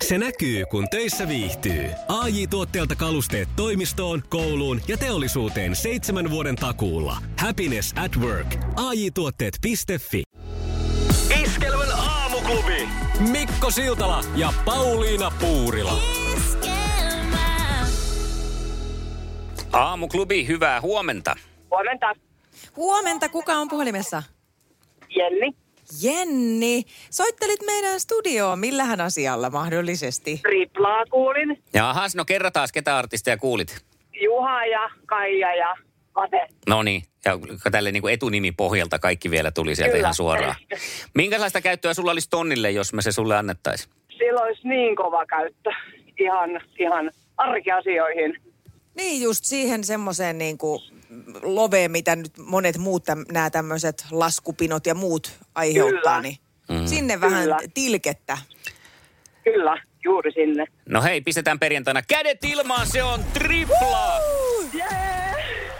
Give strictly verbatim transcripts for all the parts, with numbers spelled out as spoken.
Se näkyy, kun töissä viihtyy. A J-tuotteelta kalusteet toimistoon, kouluun ja teollisuuteen seitsemän vuoden takuulla. Happiness at work. A J tuotteet piste fi. Iskelmän aamuklubi. Mikko Siltala ja Pauliina Puurila. Iskelmä. Aamuklubi, hyvää huomenta. Huomenta. Huomenta, kuka on puhelimessa? Jenni. Jenni, soittelit meidän studioon. Millähän asialla mahdollisesti? Triplaa kuulin. Jahas, no kerrataan, ketä artisteja kuulit? Juha ja Kaija ja Mate. No niin, ja tälle niin kuin etunimi pohjalta kaikki vielä tuli sieltä Kyllä. ihan suoraan. Minkälaista käyttöä sulla olisi tonnille, jos me se sulle annettaisiin? Sillä olisi niin kova käyttö. Ihan, ihan arkiasioihin. Niin just siihen semmoiseen niin kuin loveen, mitä nyt monet muut täm, nämä tämmöiset laskupinot ja muut aiheuttaa. Kyllä. Niin Mm. sinne vähän Kyllä. tilkettä. Kyllä, juuri sinne. No hei, pistetään perjantaina kädet ilmaan, se on tripla! Jee!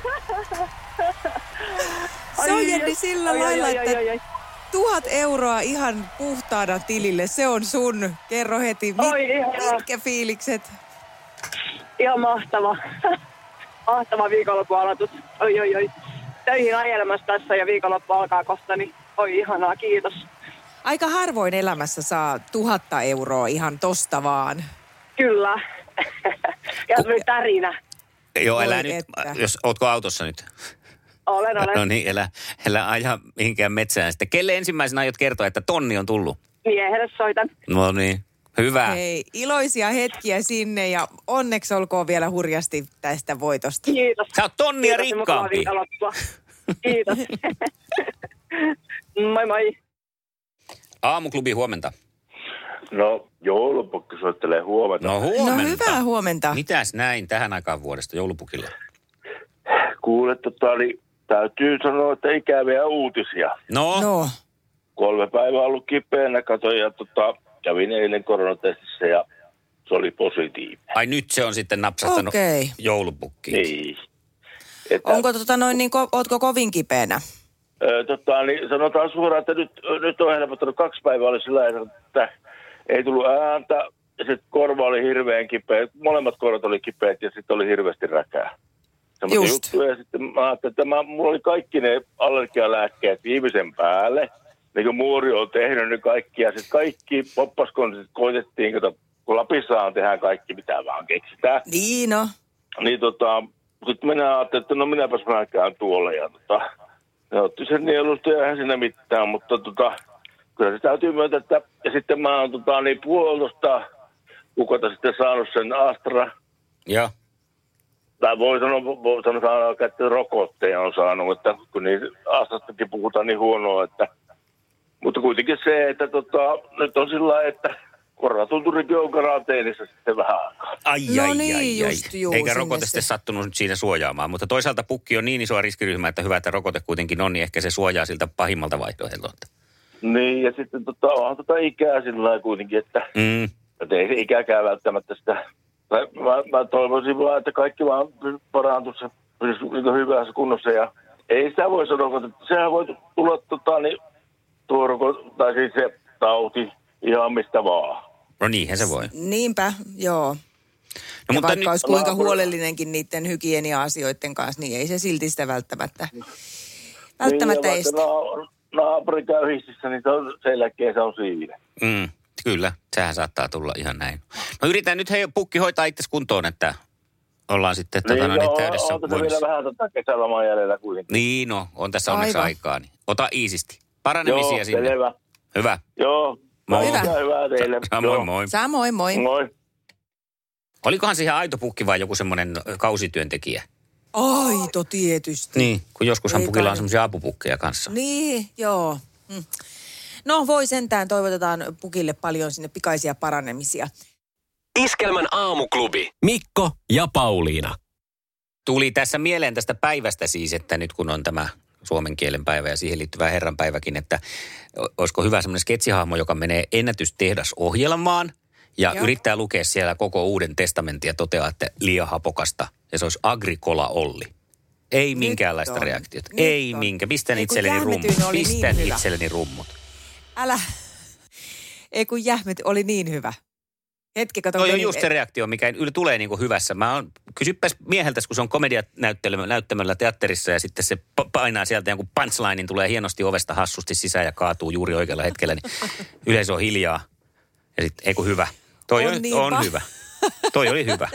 Se on Jenni sillä ai, lailla, ai, ai, että ai, ai. tuhat euroa ihan puhtaana tilille. Se on sun. Kerro heti, mit, Oi, ihanaa. mitkä fiilikset? Ihan mahtava. Mahtava viikonloppu aloitus. Oi, oi, oi. Töihin ajelemassa tässä ja viikonloppu alkaa kohta, niin oi ihanaa, kiitos. Aika harvoin elämässä saa tuhatta euroa ihan tosta vaan. Kyllä. Ja tuli tärinä. Joo, Voi älä nyt, että. jos ootko autossa nyt? Olen, olen. No niin, älä, älä aja mihinkään metsään. Sitten kelle ensimmäisenä aiot kertoa, että tonni on tullut? Miehelle soitan. No niin, hyvä. Hei, iloisia hetkiä sinne ja onneksi olkoon vielä hurjasti tästä voitosta. Kiitos. Sä oot tonnia Kiitos ja mukavaa rikkaampi. viikonloppua. Kiitos. moi moi. Aamuklubi, huomenta. No, joulupukki soittelee huomenta. No huomenta. No hyvää huomenta. Mitäs näin tähän aikaan vuodesta joulupukille? Kuule, tota, niin, täytyy sanoa, että ikäviä uutisia. No, no. No, Kolme päivää ollut kipeänä, katoin ja tota, kävin eilen koronatestissä ja se oli positiivinen. Ai nyt se on sitten napsahtanut Okei. joulupukkiin. Niin. Että, onko tota noin niin, ko, ootko kovin kipeänä? ö, tota, niin sanotaan suoraan, että nyt, nyt on helpottanut kaksi päivää oli sillä tavalla, että ei tullut ääntä. Ja sitten korva oli hirveän kipeä. Molemmat korvat oli kipeät ja sitten oli hirveästi räkää. Semmoisia Just. juttuja. Ja sitten mä ajattelin, että mä, mulla oli kaikki ne allergialääkkeet viimeisen päälle. Niin kuin muuri on tehnyt ne kaikki. Ja sitten kaikki poppaskonstit koitettiin, kato, kun Lapissahan tehdään kaikki, mitä vaan keksitään. Niin no. Niin tota, sitten minä ajattelin, että no minäpäs mä käyn tuolla. Ja tota, ne otti sen nielusta ja eihän siinä mitään, mutta tota, kyllä se täytyy myöntää, että ja sitten mä oon tota, niin puolitoista kuukautta sitten saanut sen Astra. Joo. Tai voi sanoa, voi sanoa että rokotteja on saanut, että kun niin Astrastakin puhutaan niin huonoa, että mutta kuitenkin se, että tota, nyt on sillä lailla, että korvatunturikin on karanteenissa sitten vähän aikaa. Ai, No ai, niin, ai, just, ai. juu, Eikä sinne rokote se- sitten sattunut nyt siinä suojaamaan. Mutta toisaalta pukki on niin iso riskiryhmä, että hyvä, että rokote kuitenkin on, niin ehkä se suojaa siltä pahimmalta vaihtoehdolta. Niin, ja sitten tota, onhan tota ikää sillä lailla kuitenkin, että, Mm. että ei se ikäkään välttämättä sitä. Tai mä, mä toivoisin vaan, että kaikki vaan parantuisi ja pysyisi niin hyvässä kunnossa. Ja ei sitä voi sanoa, että sehän voi tulla tota, niin, tuo roko- tai siis se tauti ihan mistä vaan. No niinhän se voi. Niinpä, joo. No, Ja mutta vaikka nyt, olisi kuinka naapuri- huolellinenkin niiden hygienia-asioiden kanssa, niin ei se silti sitä välttämättä, välttämättä niin, estä. ja vaikka na- naapuri käy hississä, niin se on, sen jälkeen se on siinä. mm, kyllä, sehän saattaa tulla ihan näin. No yritän nyt hei pukki hoitaa itse kuntoon, että ollaan sitten tota, no, niin on- täydessä on tässä voimassa. vielä vähän tota kesäloman jäljellä kuitenkin. Niin no, on tässä onneksi Aivan. aikaa. Niin. Ota iisisti. Paranemisia Joo, sinne. selvä. Hyvä. Joo. Moi. Hyvä. Hyvää, hyvää teille. Samoin Joo. moi. Samoin, moi. Moi. Olikohan se ihan aito pukki vai joku semmoinen kausityöntekijä? Aito tietysti. Niin, kun joskushan Ei pukilla on kai. semmoisia apupukkeja kanssa. Niin, joo. Mm. No voi sentään, toivotetaan pukille paljon sinne pikaisia paranemisia. Iskelmän aamuklubi. Mikko ja Pauliina. Tuli tässä mieleen tästä päivästä siis, että nyt kun on tämä suomen kielen päivä ja siihen liittyvä herranpäiväkin, että o- olisiko hyvä semmoinen sketsihahmo, joka menee ennätystehdasohjelmaan ja Joo. yrittää lukea siellä koko uuden testamentin ja toteaa, että liian hapokasta ja se olisi Agricola Olli. Ei minkäänlaista on. reaktiota. Nyt Ei on. minkä. Pistän Ei, kun itselleni rummut. jähmetyin oli niin Pistän hyvä. itselleni rummut. Älä. Ei kun jähmet oli niin hyvä. Hetki, kato. Toi on just se reaktio, mikä yl- tulee niin kuin hyvässä. Mä oon, kysyppäs mieheltäs, kun se on komedianäyttämöllä teatterissa ja sitten se painaa sieltä jonkun punchlinein, tulee hienosti ovesta hassusti sisään ja kaatuu juuri oikealla hetkellä, niin yleisö on hiljaa. Ja sitten, ei kun hyvä. Toi on, on, niin on hyvä. Toi oli hyvä.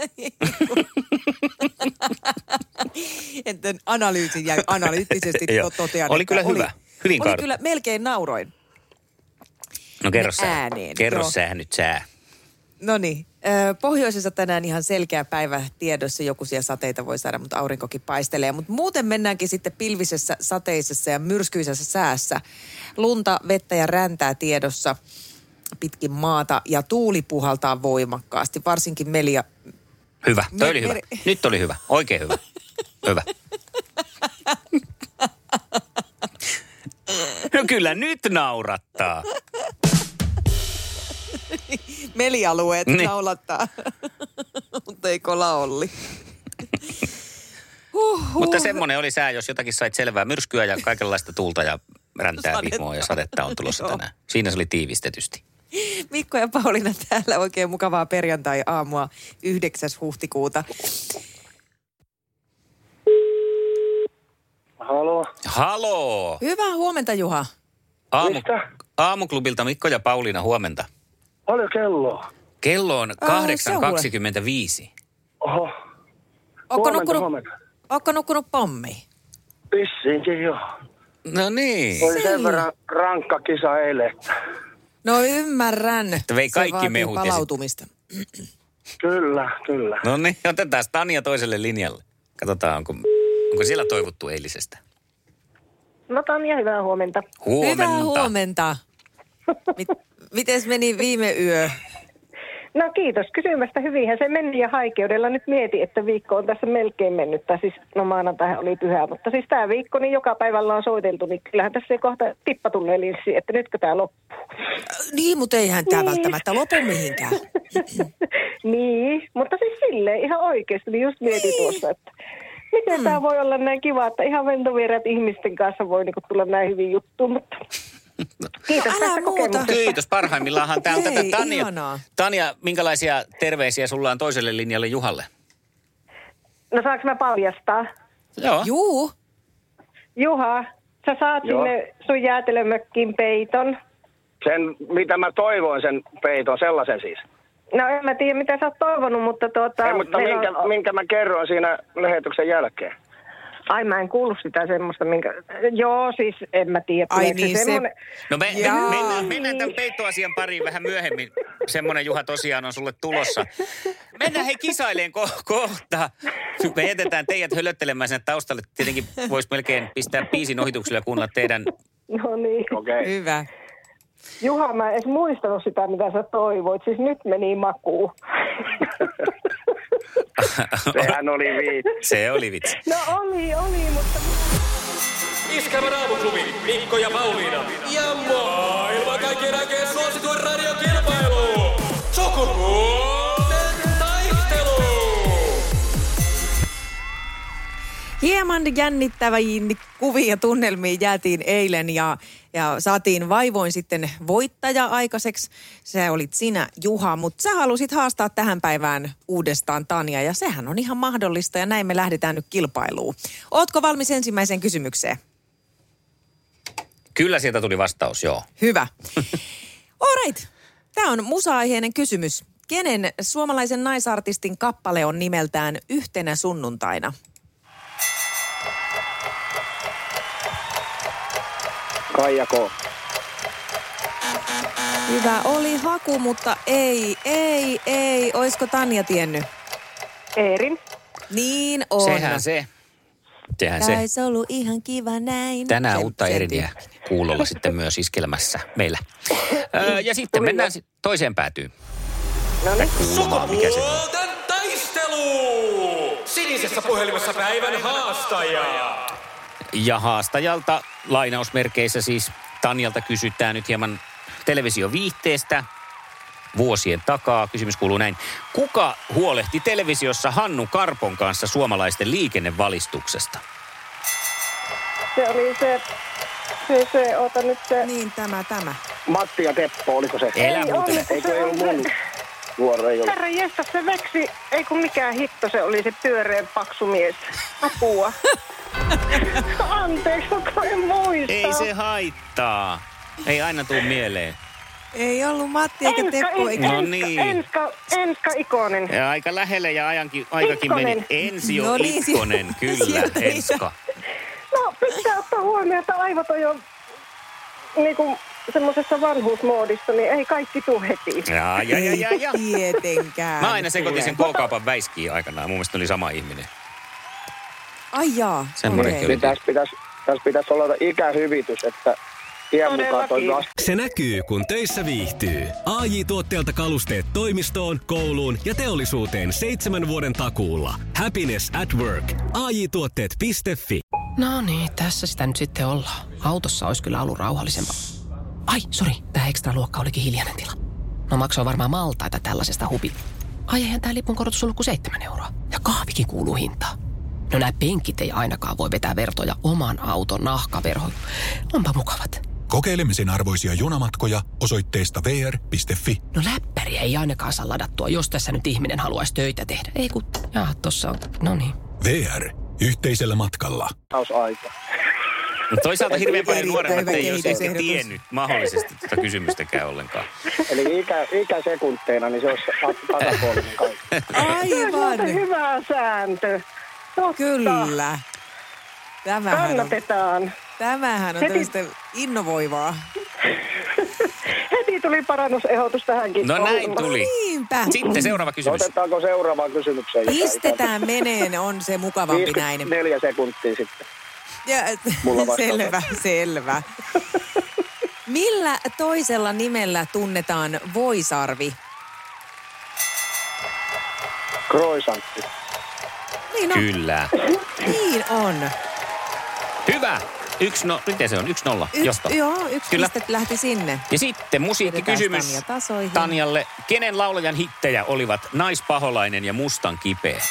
Että analyysin ja analyyttisesti totean. Oli kyllä hyvä. Hyvin Oli kyllä, melkein nauroin. No kerro sä. Ääneen. Kerro Joo. sä nyt sä. No niin. Pohjoisessa tänään ihan selkeä päivä tiedossa. Jokuisia sateita voi saada, mutta aurinkokin paistelee. Mutta muuten mennäänkin sitten pilvisessä, sateisessa ja myrskyisessä säässä. Lunta, vettä ja räntää tiedossa pitkin maata ja tuuli puhaltaa voimakkaasti. Varsinkin Melia. Hyvä. Toi Me- oli hyvä. meri- Nyt oli hyvä. Oikein hyvä. Hyvä. No kyllä nyt naurattaa. Melialueet Niin. naulattaa. Mutta ei kola Olli. Huhhuh. Mutta semmoinen oli sää, jos jotakin sait selvää. Myrskyä ja kaikenlaista tuulta ja räntää Sadetta. vihmoa ja sadetta on tulossa Joo. tänään. Siinä se oli tiivistetysti. Mikko ja Pauliina täällä. Oikein mukavaa perjantai-aamua yhdeksäs huhtikuuta. Halo. Haloo! Hyvää huomenta, Juha. Aamu, Mistä? Aamuklubilta Mikko ja Pauliina, huomenta. Paljon kelloa? Kello on kahdeksan kaksikymmentäviisi. Oho. Ootko Huomenta, nukkunut, huomenta. ootko nukkunut pommiin? Vissiinkin joo. No niin. Oli sen verran rankka kisa eilen, että No ymmärrän. Että vei Se kaikki vaatii mehut ja sit- palautumista. kyllä, kyllä. No niin, otetaan Tania toiselle linjalle. Katsotaan, onko, onko siellä toivottu eilisestä. No Tanja, hyvää huomenta. Huomenta. Hyvää huomenta. Mit, mites meni viime yö? No kiitos kysymästä. Hyvinhän se meni ja haikeudella nyt mietin, että viikko on tässä melkein mennyt. Tai siis, no maanantaihan oli pyhä, mutta siis tämä viikko, niin joka päivällä on soiteltu, niin kyllähän tässä kohta tippa tulee linssiin, että nytkö tämä loppuu. Niin, mutta eihän tämä Niin. välttämättä lopu mihinkään. Niin, mutta siis silleen ihan oikeasti, niin just mietin tuossa, että miten hmm. tämä voi olla näin kiva, että ihan ventovieraat ihmisten kanssa voi niinku tulla näin hyvin juttuun, mutta kiitos Älä tästä muuta. kokemuksesta. Kiitos, parhaimmillaanhan tämä on Hei, tätä. Tanja, ihanaa. Tanja, minkälaisia terveisiä sulla on toiselle linjalle Juhalle? No saanko mä paljastaa? Joo. Juu. Juha, sä saat Joo. sinne sun jäätelömökkiin peiton. Sen, mitä mä toivoin sen peiton, sellaisen siis. No en mä tiedä, mitä sä oot toivonut, mutta tuota... Ei, mutta meillä minkä, on- minkä mä kerroin siinä lähetyksen jälkeen. Ai mä en kuullut sitä semmoista, minkä... Joo, siis en mä tiedä. Ai tuleeko niin, se- semmoinen- No me, me, Jaa. mennään, mennään tämän peittoasian pariin vähän myöhemmin. Semmoinen Juha tosiaan on sulle tulossa. Mennään hei kisaileen ko- kohta. Me jätetään teidät hölöttelemään sinne taustalle. Tietenkin voisi melkein pistää biisin ohitukselle ja kuunnella teidän... No niin. Okei. Okay. Hyvä. Juha, mä en edes muistanut sitä, mitä sä toivoit. Siis nyt meni makuun. Sehän oli viitsi. Se oli vitsi. No oli, oli, mutta... Iskelmän aamuklubi, Mikko ja Pauliina. Ja maailman kaikkien aikeen suosituen radiokilpailu. Sukupuolten taistelu. Hieman jännittäviin kuviin ja tunnelmiin jäätiin eilen ja, ja saatiin vaivoin sitten voittaja aikaiseksi. Se olit sinä, Juha, mutta sä halusit haastaa tähän päivään uudestaan Tanja ja sehän on ihan mahdollista ja näin me lähdetään nyt kilpailuun. Ootko valmis ensimmäiseen kysymykseen? Kyllä sieltä tuli vastaus, joo. Hyvä. All right. Tämä on musa-aiheinen kysymys. Kenen suomalaisen naisartistin kappale on nimeltään Yhtenä sunnuntaina? Kaija K. Hyvä oli haku, mutta ei, ei, ei. Oisko Tanja tiennyt? Eerin. Niin on. Sehän se. Sehän se. Taisi ollut ihan kiva näin. Tänään Sen- uutta sen eriniä tyyppinen. kuulolla sitten myös iskelmässä meillä. Öö, ja sitten mennään si- toiseen päätyyn. No niin. Kuulomaan, mikä se on. Sukupuolten taistelu. Sinisessä puhelimessa päivän haastaja. Ja haastajalta lainausmerkeissä siis Tanjalta kysytään nyt hieman televisioviihteestä vuosien takaa. Kysymys kuuluu näin. Kuka huolehti televisiossa Hannu Karpon kanssa suomalaisten liikennevalistuksesta? Se oli se... Se, se, oota nyt se... Niin, tämä, tämä. Matti ja Teppo, oliko se? Elä Ei huutele. ollut, Eikö se ei ollut on mun? vuoro ei ole. Herra jestas, se veksi, ei kun mikään hitto, se oli se pyöreä paksu mies. Apua. Anteeksi, kun en muista. Ei se haittaa. Ei aina tuu mieleen. Ei ollut Matti eikä Enska, Teppo. en, Eikä... No Enska, niin. Enska, Enska Ikonen. Ja aika lähelle ja ajankin, aikakin Itkonen. meni. Ensio No niin, Itkonen, kyllä, sieltä ei Enska. No, pitää ottaa huomioon, että aivot on jo niinku semmoisessa vanhuusmoodissa, niin ei kaikki tuu heti. Ja, ja, ja, ja, ja. Tietenkään. Mä aina sekoitin sen Tule. K-kaupan väiskiin aikanaan. Mun mielestä oli sama ihminen. Ai jaa. Semmoinen okei. kyllä. Niin tässä pitäisi, tässä pitäisi olla ikähyvitys, että tien mukaan toi Todellakin. vasta. Se näkyy, kun töissä viihtyy. A J-tuotteelta kalusteet toimistoon, kouluun ja teollisuuteen seitsemän vuoden takuulla. Happiness at work. A J tuotteet piste fi. No niin, tässä sitä nyt sitten ollaan. Autossa olisi kyllä ollut rauhallisempaa. Ai, sori, tämä ekstra luokka olikin hiljainen tila. No maksoi varmaan maltaita tällaisesta hubi. Ai, eihän tämä lipun korotus ollut kuin seitsemän euroa. Ja kahvikin kuuluu hintaan. No nämä penkit ei ainakaan voi vetää vertoja oman auton nahkaverhoon. Onpa mukavat. Kokeilemisen arvoisia junamatkoja osoitteesta v r piste fi. No läppäriä ei ainakaan saa ladattua, jos tässä nyt ihminen haluaisi töitä tehdä. Ei kun, jaa, tossa on, no niin. V R. Yhteisellä matkalla. Aika. Mutta toisaalta hirveän paljon Erittäin nuoremmat hyvä ei olisi ehkä kehitysehdotus. tiennyt mahdollisesti tuota kysymystäkään ollenkaan. Eli ikä, ikäsekunteina, niin se olisi tasapuolinen kaikki. Aivan. Se hyvä sääntö. Totta. Kyllä. Tämähän on, Kannatetaan. tämähän on Heti- tämmöistä innovoivaa. Heti tuli parannusehdotus tähänkin. No näin tuli. Niinpä. Sitten seuraava kysymys. Otetaanko seuraavaan kysymykseen? Pistetään meneen, on se mukavampi näin. viisikymmentäneljä sekuntia sitten. Ja, Mulla vastaus. selvä, selvä. Millä toisella nimellä tunnetaan voisarvi? Croissantti. Niin on. Kyllä. Niin on. Hyvä. Yksi no, miten se on? Yksi nolla. Yksi, Josta. joo, yksi Kyllä. piste lähti sinne. Ja sitten musiikkikysymys Vedetään Tanja tasoihin. Tanjalle. Kenen laulajan hittejä olivat Naispaholainen ja Mustan kipeä?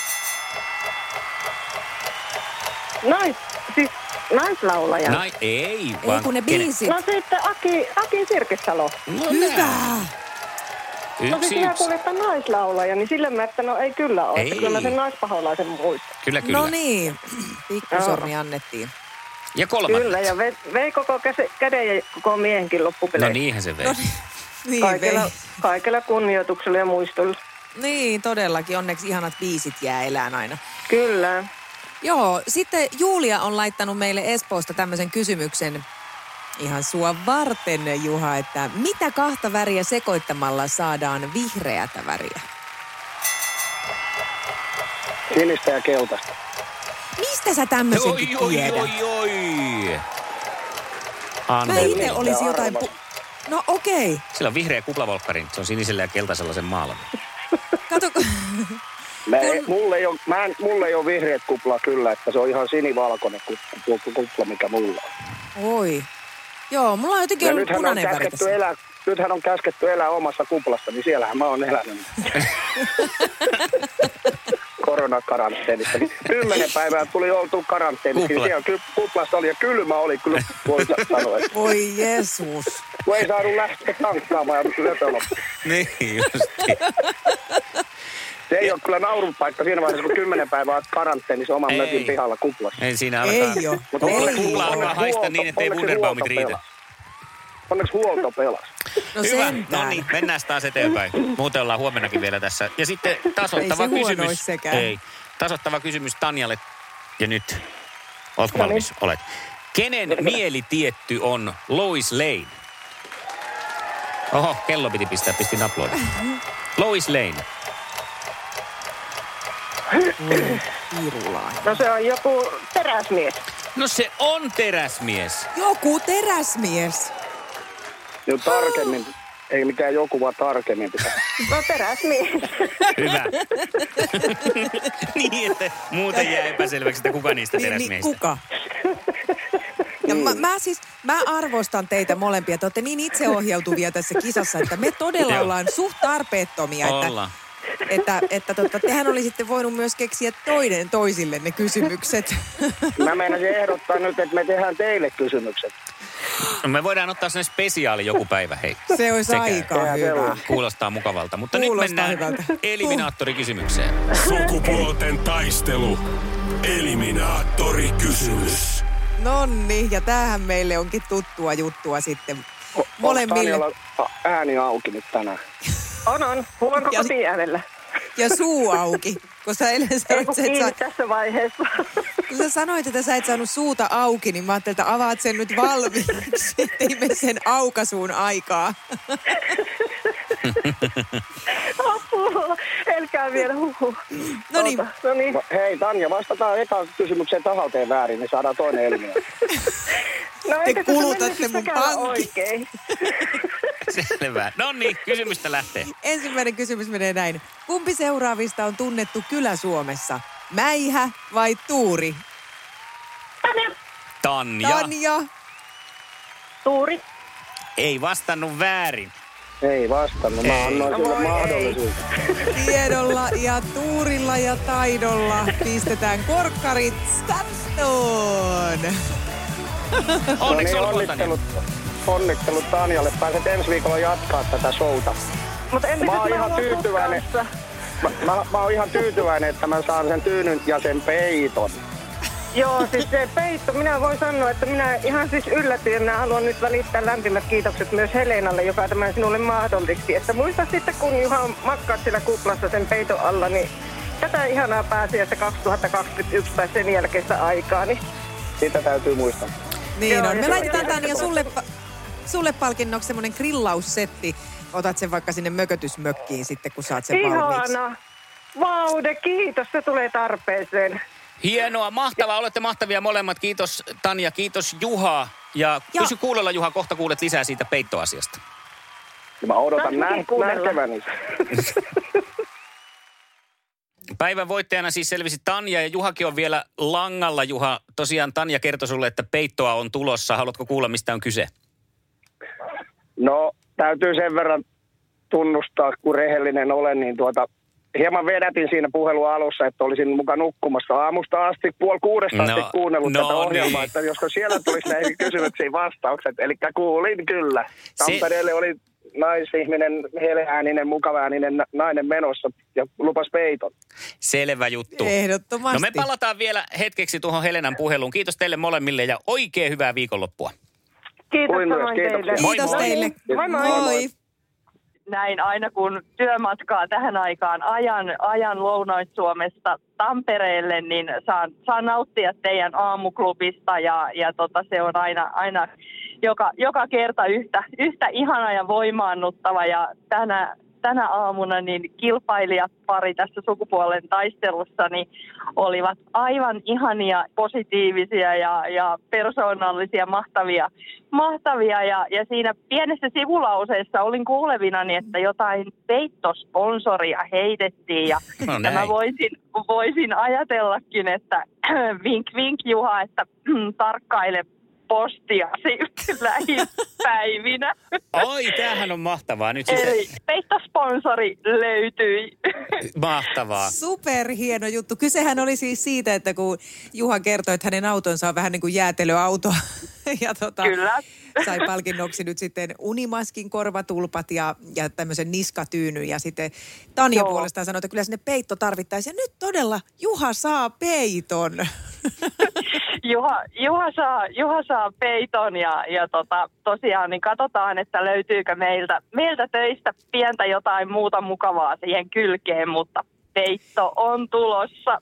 Nais, siis naislaulaja. Nai, ei, Ei vaan kun ne kenen- biisit. No sitten Aki, Aki Sirkisalo. No, Hyvä. nää. No Yksi, siis minä yksi. kuulin, että naislaulaja, niin sillä mä, että no ei kyllä ole. Ei. Että kyllä mä sen naispaholaisen muistan. Kyllä, kyllä. No niin, pikkusormi annettiin. Ja kolmas. Kyllä, ja vei, vei koko käse, käden ja koko miehenkin loppupeleissä. No niinhän se vei. No niin, Kaikella, vei. kaikella kunnioituksella ja muistolla. Niin, todellakin. Onneksi ihanat biisit jää elään aina. Kyllä. Joo, sitten Julia on laittanut meille Espoosta tämmöisen kysymyksen ihan sua varten, Juha, että mitä kahta väriä sekoittamalla saadaan vihreätä väriä? Sinistä ja keltaista. Mistä sä tämmöisenkin Oi, oi, tiedät? oi, oi. Mä Anne, itse olisin jotain... Pu- no okei. Okay. sillä on vihreä kuplavolkkari. Se on sinisellä ja keltaisella sen maalla. Kato, kun- Mä ei, mulle, ei ole, mä en, mulle ei ole vihreät kuplaa kyllä, että se on ihan sinivalkoinen kupla, tuo kupla, mikä mulla on. oi. Joo, mulla on jotenkin Ja ollut nythän on, punainen väri käsketty tässä. elää, nythän on käsketty elää omassa kuplassa, niin siellähän mä oon elänyt koronakaranteenissa. Niin kymmenen päivää tuli oltu karanteenissa, Kupla. niin siellä ky- kuplassa oli ja kylmä oli kyllä, voi sanoa. Että Voi Jeesus. kun ei saanut lähteä tankkaamaan ja löpö loppu. Niin, justi. Se ei ole kyllä naurun paikka siinä vaiheessa, kun kymmenen päivää olet karanteenissa oman Ei. mökin pihalla kuplassa. Ei siinä alkaa. Ei oo. Mutta Ei onneksi- Kupla alkaa onneksi haista huolto- niin, ettei onneksi Wunderbaumit huolto riitä. pelasi. Onneksi huolto pelasi. No Hyvä. sentään. No niin, mennään taas eteenpäin. Muuten ollaan huomennakin vielä tässä. Ja sitten tasoittava Ei se huono kysymys. ois sekään. Ei. Tasoittava kysymys Tanjalle. Ja nyt, ootko No niin. valmis? Olet. Kenen mieli tietty on Lois Lane? Oho, kello piti pistää, pistin uploadin. Lois Lane. Pirulaa. No se on joku teräsmies. No se on teräsmies. Joku teräsmies. Jo tarkemmin, ei mikään joku, vaan tarkemmin pitää. No teräsmies. Hyvä. Niin, että muuten jää epäselväksi, että kuka niistä Niin, niin teräsmiehistä. kuka? Ja mä, mä siis, mä arvostan teitä molempia. Te olette niin itseohjautuvia tässä kisassa, että me todella Joo. ollaan suht tarpeettomia. Että, Ollaan. että, että totta, tehän olisitte voinut myös keksiä toinen toisille ne kysymykset. Mä meinasin ehdottaa nyt, että me tehdään teille kysymykset. Me voidaan ottaa sen spesiaali joku päivä, hei. Se olisi Sekä aika hyvä. Kuulostaa mukavalta. Mutta Kuulostaa nyt mennään hyvältä. eliminaattorikysymykseen. Sukupuolten taistelu. Eliminaattorikysymys. Nonni, ja tämähän meille onkin tuttua juttua sitten molemmille. Onko Tanjalla ääni auki nyt tänään? On, on. Mulla on koko Ja- äänellä. Ja suu auki, kun sä eilen Ei sanoit, kun että kiinni sä, tässä vaiheessa. kun sä sanoit, että sä et saanut suuta auki, niin mä ajattelin, että avaat sen nyt valmiiksi, ettei mene sen aukasuun aikaa. Apua. Elkää vielä huhu. No niin. Oota, No niin. No, hei Tanja, vastataan eka kysymykseen tahalteen väärin, niin saadaan toinen eliminaatio. No Te eikö tässä kulutatte mennyt mun sekään pankki. oikein? Selvä. No niin, kysymystä lähtee. Ensimmäinen kysymys menee näin. Kumpi seuraavista on tunnettu kylä Suomessa? Mäihä vai Tuuri? Tanja Tanja. Tuuri. ei vastannut väärin. Ei vastannut, mä annoin Voi sille ei. mahdollisuuden. Tiedolla ja tuurilla ja taidolla pistetään korkkarit starttoon. Onneksi no niin, olkoon, Tanja. onnittelut, onnittelut Tanjalle. Pääset ensi viikolla jatkaa tätä showta. Mutta entäs Mä jos oon mä ihan haluan sun tyytyväinen. kanssa? Mä, mä, mä oon ihan tyytyväinen, että mä saan sen tyynyn ja sen peiton. Joo, siis se peitto, minä voin sanoa, että minä ihan siis yllätyin ja minä haluan nyt välittää lämpimät kiitokset myös Helenalle, joka tämän sinulle mahdollisti. Että muista sitten, kun Juha makkaat siellä kuplassa sen peiton alla, niin tätä ihanaa pääsiäistä kaksituhattakaksikymmentäyksi tai sen jälkeistä aikaa, niin Sitä täytyy muistaa. Niin Joo, on. ja Me se laitetaan oli Tanja ihan sulle, sulle palkinnoksi semmoinen grillaussetti. Otat sen vaikka sinne mökötysmökkiin sitten, kun saat sen valmiiksi. ihana. Vaude, kiitos, se tulee tarpeeseen. Hienoa, mahtavaa. Olette mahtavia molemmat. Kiitos Tanja, kiitos Juha. Ja, Ja- pysy kuulolla Juha, kohta kuulet lisää siitä peittoasiasta. Ja mä odotan Saanko nä- mäkin kuunnella? näkeväni. Päivän voittajana siis selvisi Tanja ja Juhakin on vielä langalla. Juha, tosiaan Tanja kertoi sulle, että peittoa on tulossa. Haluatko kuulla, mistä on kyse? No, täytyy sen verran tunnustaa, kun rehellinen olen, niin tuota, hieman vedätin siinä puhelun alussa, että olisin mukaan nukkumassa aamusta asti, puoli kuudesta asti No, kuunnellut no tätä ohjelmaa, niin. että josko siellä tulisi näihin kysymyksiin vastaukset. Eli kuulin kyllä. Se- Tampereelle oli naisihminen, heleääninen, mukavaääninen na- nainen menossa ja lupas peiton. Selvä juttu. Ehdottomasti. No me palataan vielä hetkeksi tuohon Helenan puheluun. Kiitos teille molemmille ja oikein hyvää viikonloppua. Kiitos Kuin myös, samoin kiitoksia. teille. Moi, Kiitos moi. teille. Moi moi. Moi. Näin aina kun työmatkaa tähän aikaan ajan, ajan Lounais-Suomesta Tampereelle, niin saan, saan nauttia teidän aamuklubista ja, ja tota, se on aina, aina joka, joka kerta yhtä, yhtä ihana ja voimaannuttava ja tänä, tänä aamuna niin kilpailijat pari tässä sukupuolen taistelussa niin olivat aivan ihania, positiivisia ja, ja persoonallisia, mahtavia, mahtavia ja, ja siinä pienessä sivulauseessa olin kuulevinani, että jotain peittosponsoria heitettiin ja No mä näin. voisin, voisin ajatellakin, että vink vink Juha, että tarkkaile postiasi lähipäivinä. Oi, tämähän on mahtavaa. Nyt sitten Eli peittosponsori löytyi. mahtavaa. Superhieno juttu. Kysehän oli siis siitä, että kun Juha kertoi, että hänen autonsa on vähän niin kuin jäätelöauto. Ja tota, Kyllä. sai palkinnoksi nyt sitten unimaskin korvatulpat ja, ja tämmöisen niskatyynyn. Ja sitten Tanja Joo. puolestaan sanoi, että kyllä sinne peitto tarvittaisiin. Ja nyt todella Juha saa peiton. Juha, Juha, saa, Juha saa peiton ja, ja tota, tosiaan niin katsotaan, että löytyykö meiltä, meiltä töistä pientä jotain muuta mukavaa siihen kylkeen, mutta peitto on tulossa.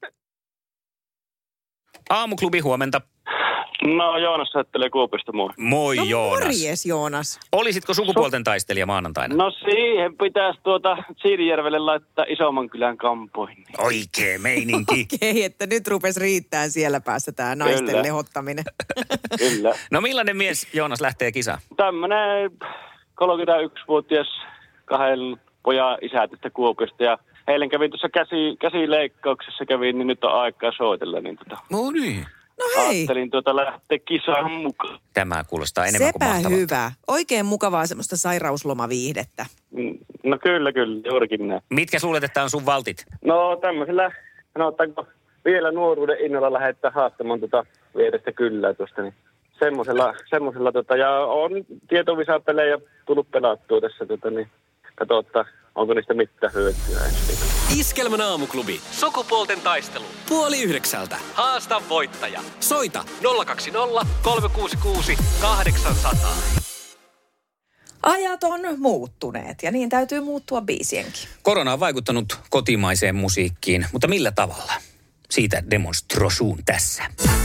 Aamuklubi, huomenta. No Joonas ajattelee Kuopiosta, moi. Moi No Joonas. morjes Joonas. Olisitko sukupuolten taistelija maanantaina? No siihen pitäisi tuota Siirijärvelle laittaa Isomman kylän kampoihin. Oikee meininki. Okei, että nyt rupesi riittää siellä päässä tämä naisten Kyllä. lehottaminen. Kyllä. No millainen mies Joonas lähtee kisaan? Tämmönen kolmekymmentäyksivuotias kahden pojan isä tästä Kuopiosta ja eilen kävin tuossa käsi, käsileikkauksessa kävin, niin nyt on aikaa soitella, niin tota, No niin. No hei, ajattelin tuota lähteä kisaan mukaan. Tämä kuulostaa enemmän kuin sepä mahtavalta. hyvä. Oikein mukavaa semmoista sairauslomaviihdettä. Mm, No kyllä, kyllä, juurikin näin. Mitkä suuletetaan on sun valtit? No tämmöisellä, sanotaanko vielä nuoruuden innolla lähettää haastamaan tuota vierestä kyllä tuosta, niin semmoisella, semmoisella tota, ja on tietovisapelejä tullut pelattua tässä, tota, niin katsotaan, onko niistä mitään hyötyä. Iskelmän aamuklubi. Sukupuolten taistelu. Puoli yhdeksältä. Haasta voittaja. Soita nolla kaksi nolla kolme kuusi kuusi kahdeksan nolla nolla. Ajat on muuttuneet ja niin täytyy muuttua biisienkin. Korona on vaikuttanut kotimaiseen musiikkiin, mutta millä tavalla? Siitä demonstrosuun tässä.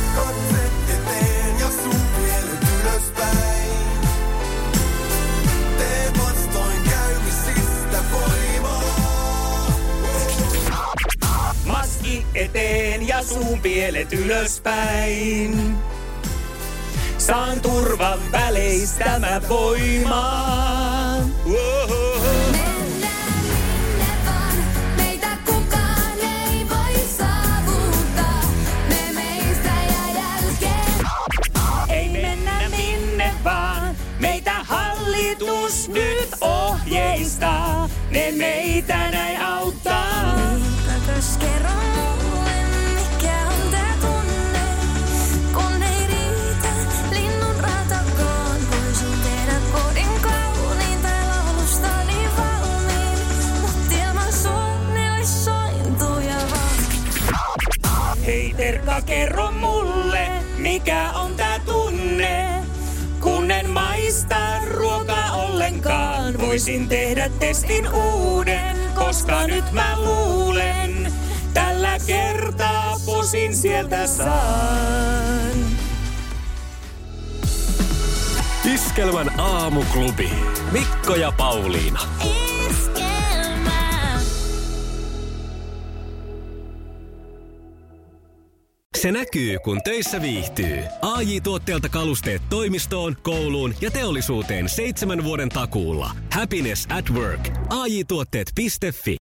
Maski eteen ja suun pielet ylöspäin. Saan turvan väleistä mä voimaan. Mennään minne vaan, meitä kukaan ei voi saavuttaa. Me meistä jää jälkeen. Ei mennä minne vaan, meitä hallitus nyt ohjeistaa. Ne meitä näin auttaa. Mitäkös kerro mulle, mikä on tää tunne, kun ei riitä linnun ratakaan. Voisin tehdä kodin kauniin tai laulustani valmiin, mut ilman sua ne ois sointuja vaan. Hei Terkka, kerro mulle, mikä on tää tunne, kun en maista ruokaa ollenkaan. Voisin tehdä testin uuden, koska nyt mä luulen, tällä kertaa posin sieltä saan. Iskelmän aamuklubi. Mikko ja Pauliina. Iskelmää. Se näkyy, kun töissä viihtyy. A J-tuotteelta kalusteet toimistoon, kouluun ja teollisuuteen seitsemän vuoden takuulla. Happiness at work. A J tuotteet piste fi